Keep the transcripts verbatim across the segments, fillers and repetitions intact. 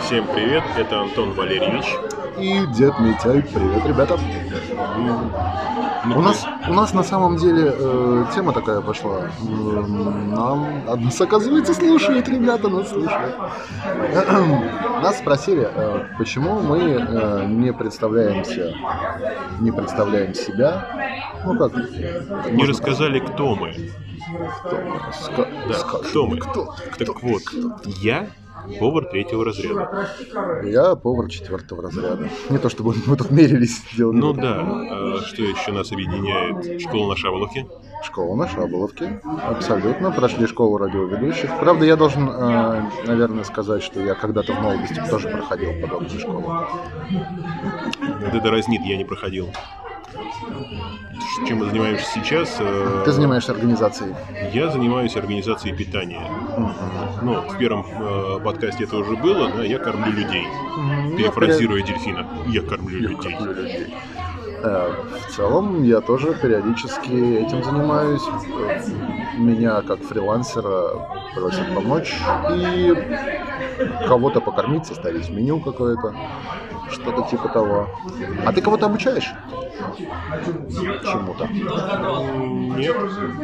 Всем привет, это Антон Валерьевич и Дед Митяй. Привет, ребята. Ну, у, нас, у нас на самом деле э, тема такая пошла. Нам нас, оказывается, слушают, ребята, нас слушают. Нас спросили, э, почему мы э, не представляемся, не представляем себя. Ну как? Не рассказали, кто мы. Кто мы? Ска- Да, скажем, кто мы? Кто? Так Кто? вот, Кто? я повар третьего разряда. Я повар четвертого разряда. Не то чтобы мы тут мерились. Делали Ну вот. да, а что еще нас объединяет? Школа на Шаболовке. Школа на Шаболовке. Абсолютно. Прошли школу радиоведущих. Правда, я должен, э, наверное, сказать, что я когда-то в молодости тоже проходил подобную школу. Вот это разнит, я не проходил. Чем мы занимаемся сейчас? Ты занимаешься организацией? Я занимаюсь организацией питания. Угу. Ну, в первом э, подкасте это уже было, да, я кормлю людей. Угу. Перефразируя дельфина. Я кормлю Я людей. кормлю людей. Э, в целом, я тоже периодически этим занимаюсь. Меня, как фрилансера, просят помочь. И кого-то покормить, составить меню какое-то. Что-то типа того. А ты кого-то обучаешь? Чему-то? Нет.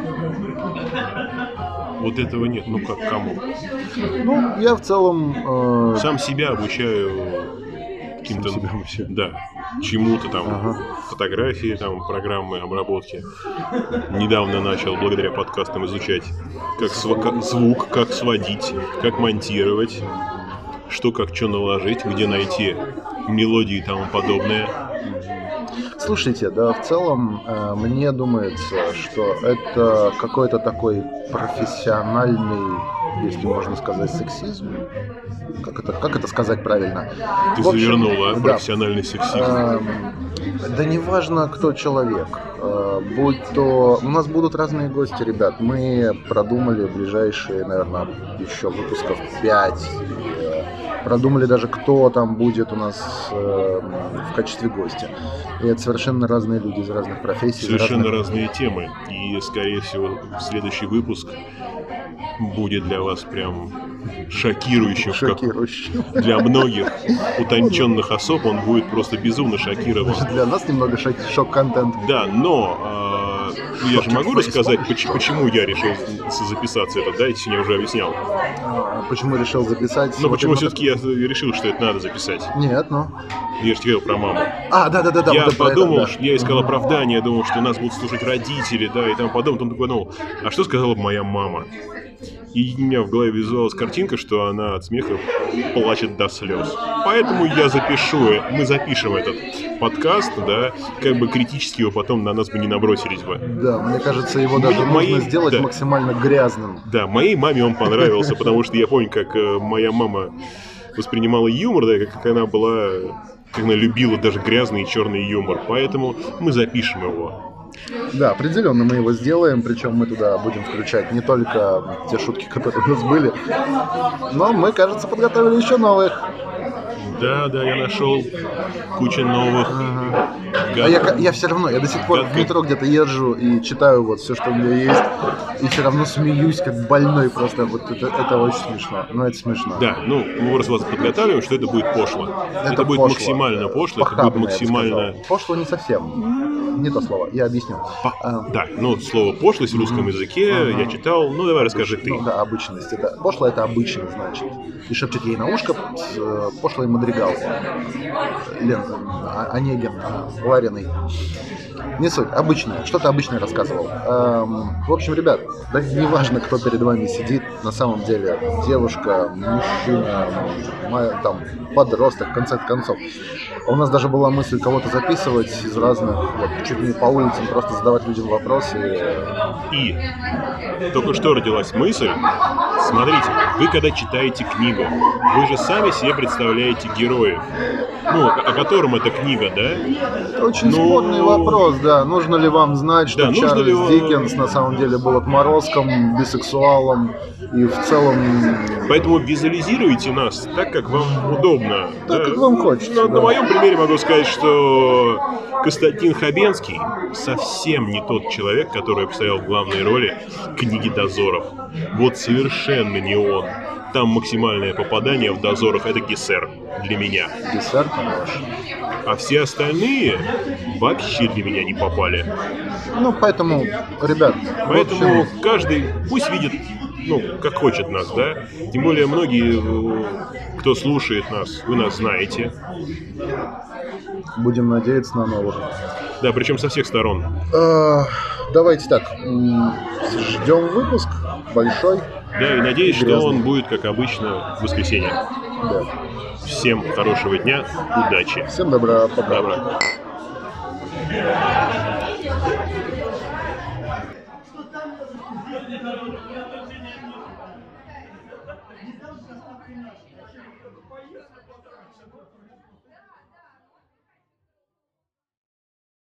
Вот этого нет. Ну как, кому? Ну, я в целом... Э... Сам себя обучаю каким-то... Сам себя обучаю. Да. Чему-то там. Ага. Фотографии, там, программы обработки. Недавно начал, благодаря подкастам, изучать как, св... как звук, как сводить, как монтировать. Что, как, что наложить, где найти мелодии и тому подобное. Слушайте, да, в целом э, мне думается, что это какой-то такой профессиональный, если можно сказать, сексизм. Как это, как это сказать правильно? Ты в общем, завернула, да, профессиональный сексизм. Э, да неважно, кто человек. Э, будь то... У нас будут разные гости, ребят. Мы продумали ближайшие, наверное, еще выпусков пять. Продумали даже, кто там будет у нас э, в качестве гостя. И это совершенно разные люди из разных профессий. Совершенно разных... разные темы. И, скорее всего, следующий выпуск будет для вас прям шокирующим. Шокирующим. Как для многих утонченных особ он будет просто безумно шокирован. Для нас немного шок- шок-контент. Да, но э, я же могу рассказать, почему, почему я решил записаться это, да, я сегодня уже объяснял. А почему решил записать? Ну, почему вот все-таки я решил, что это надо записать? Нет, ну... Я же говорил про маму. А, да-да-да. Я вот подумал, это, да. что я искал оправдание, я думал, что нас будут слушать родители, да, и там подумал, потом такой подумал, а что сказала бы моя мама? И у меня в голове визуалась картинка, что она от смеха плачет до слез. Поэтому я запишу, мы запишем этот подкаст, да, как бы критически его потом на нас бы не набросились бы. Да, мне кажется, его даже Моей, нужно сделать да. максимально грязным. Да, моей маме он понравился, потому что я помню, как э, моя мама воспринимала юмор, да, как она была, как она любила даже грязный и черный юмор. Поэтому мы запишем его. Да, определенно мы его сделаем, причем мы туда будем включать не только те шутки, которые у нас были, но мы, кажется, подготовили еще новых. Да, да, я нашел кучу новых. Ага. Гад... А я, я все равно, я до сих пор Гад... в метро где-то езжу и читаю вот все, что у меня есть, и все равно смеюсь, как больной просто. Вот это, это очень смешно. Ну, это смешно. Да, ну, мы просто вас подготавливаем, что это будет пошло. Это, это будет пошло. максимально пошло, Похабно, это будет максимально... Пошло не совсем. Не то слово, я объясню. По... А... Да, ну, слово пошлость в русском языке ага. я читал. Ну, давай расскажи ты. Ну, да, обычность. Это... Пошло это обычно, значит. И шепчет ей на ушко пошлый мадригал. Лен, Онегин, Лариной. Не суть, обычное, что-то обычное рассказывал. Эм, в общем, ребят, да не важно, кто перед вами сидит, на самом деле, девушка, мужчина, там, подросток, в конце концов. У нас даже была мысль кого-то записывать из разных, вот, чуть ли не по улицам, просто задавать людям вопросы. И только что родилась мысль, смотрите, вы когда читаете книгу, вы же сами себе представляете героев, ну, о котором эта книга, да? Очень ну... спорный вопрос, да. Нужно ли вам знать, что да, Чарльз ли... Диккенс на самом деле был отморозком, бисексуалом И в целом... Поэтому визуализируйте нас так, как вам удобно. Так, да? как вам хочется. На, да. на моем примере могу сказать, что Константин Хабенский совсем не тот человек, который поставил в главной роли «Книги дозоров». Вот совершенно не он. Там максимальное попадание в дозоров — это Гессер для меня. Гессер хорош. А все остальные вообще для меня не попали. Ну, поэтому, ребят, Поэтому в общем, каждый пусть видит, ну, как хочет нас, да? Тем более многие, э, кто слушает нас, вы нас знаете. будем надеяться на новых. Да, причем со всех сторон. Э, Давайте так. м, Ждем выпуск большой. Да, и надеюсь, что Грязный. он будет, как обычно, в воскресенье. Да. Всем хорошего дня, удачи. Всем добра, пока. Добра.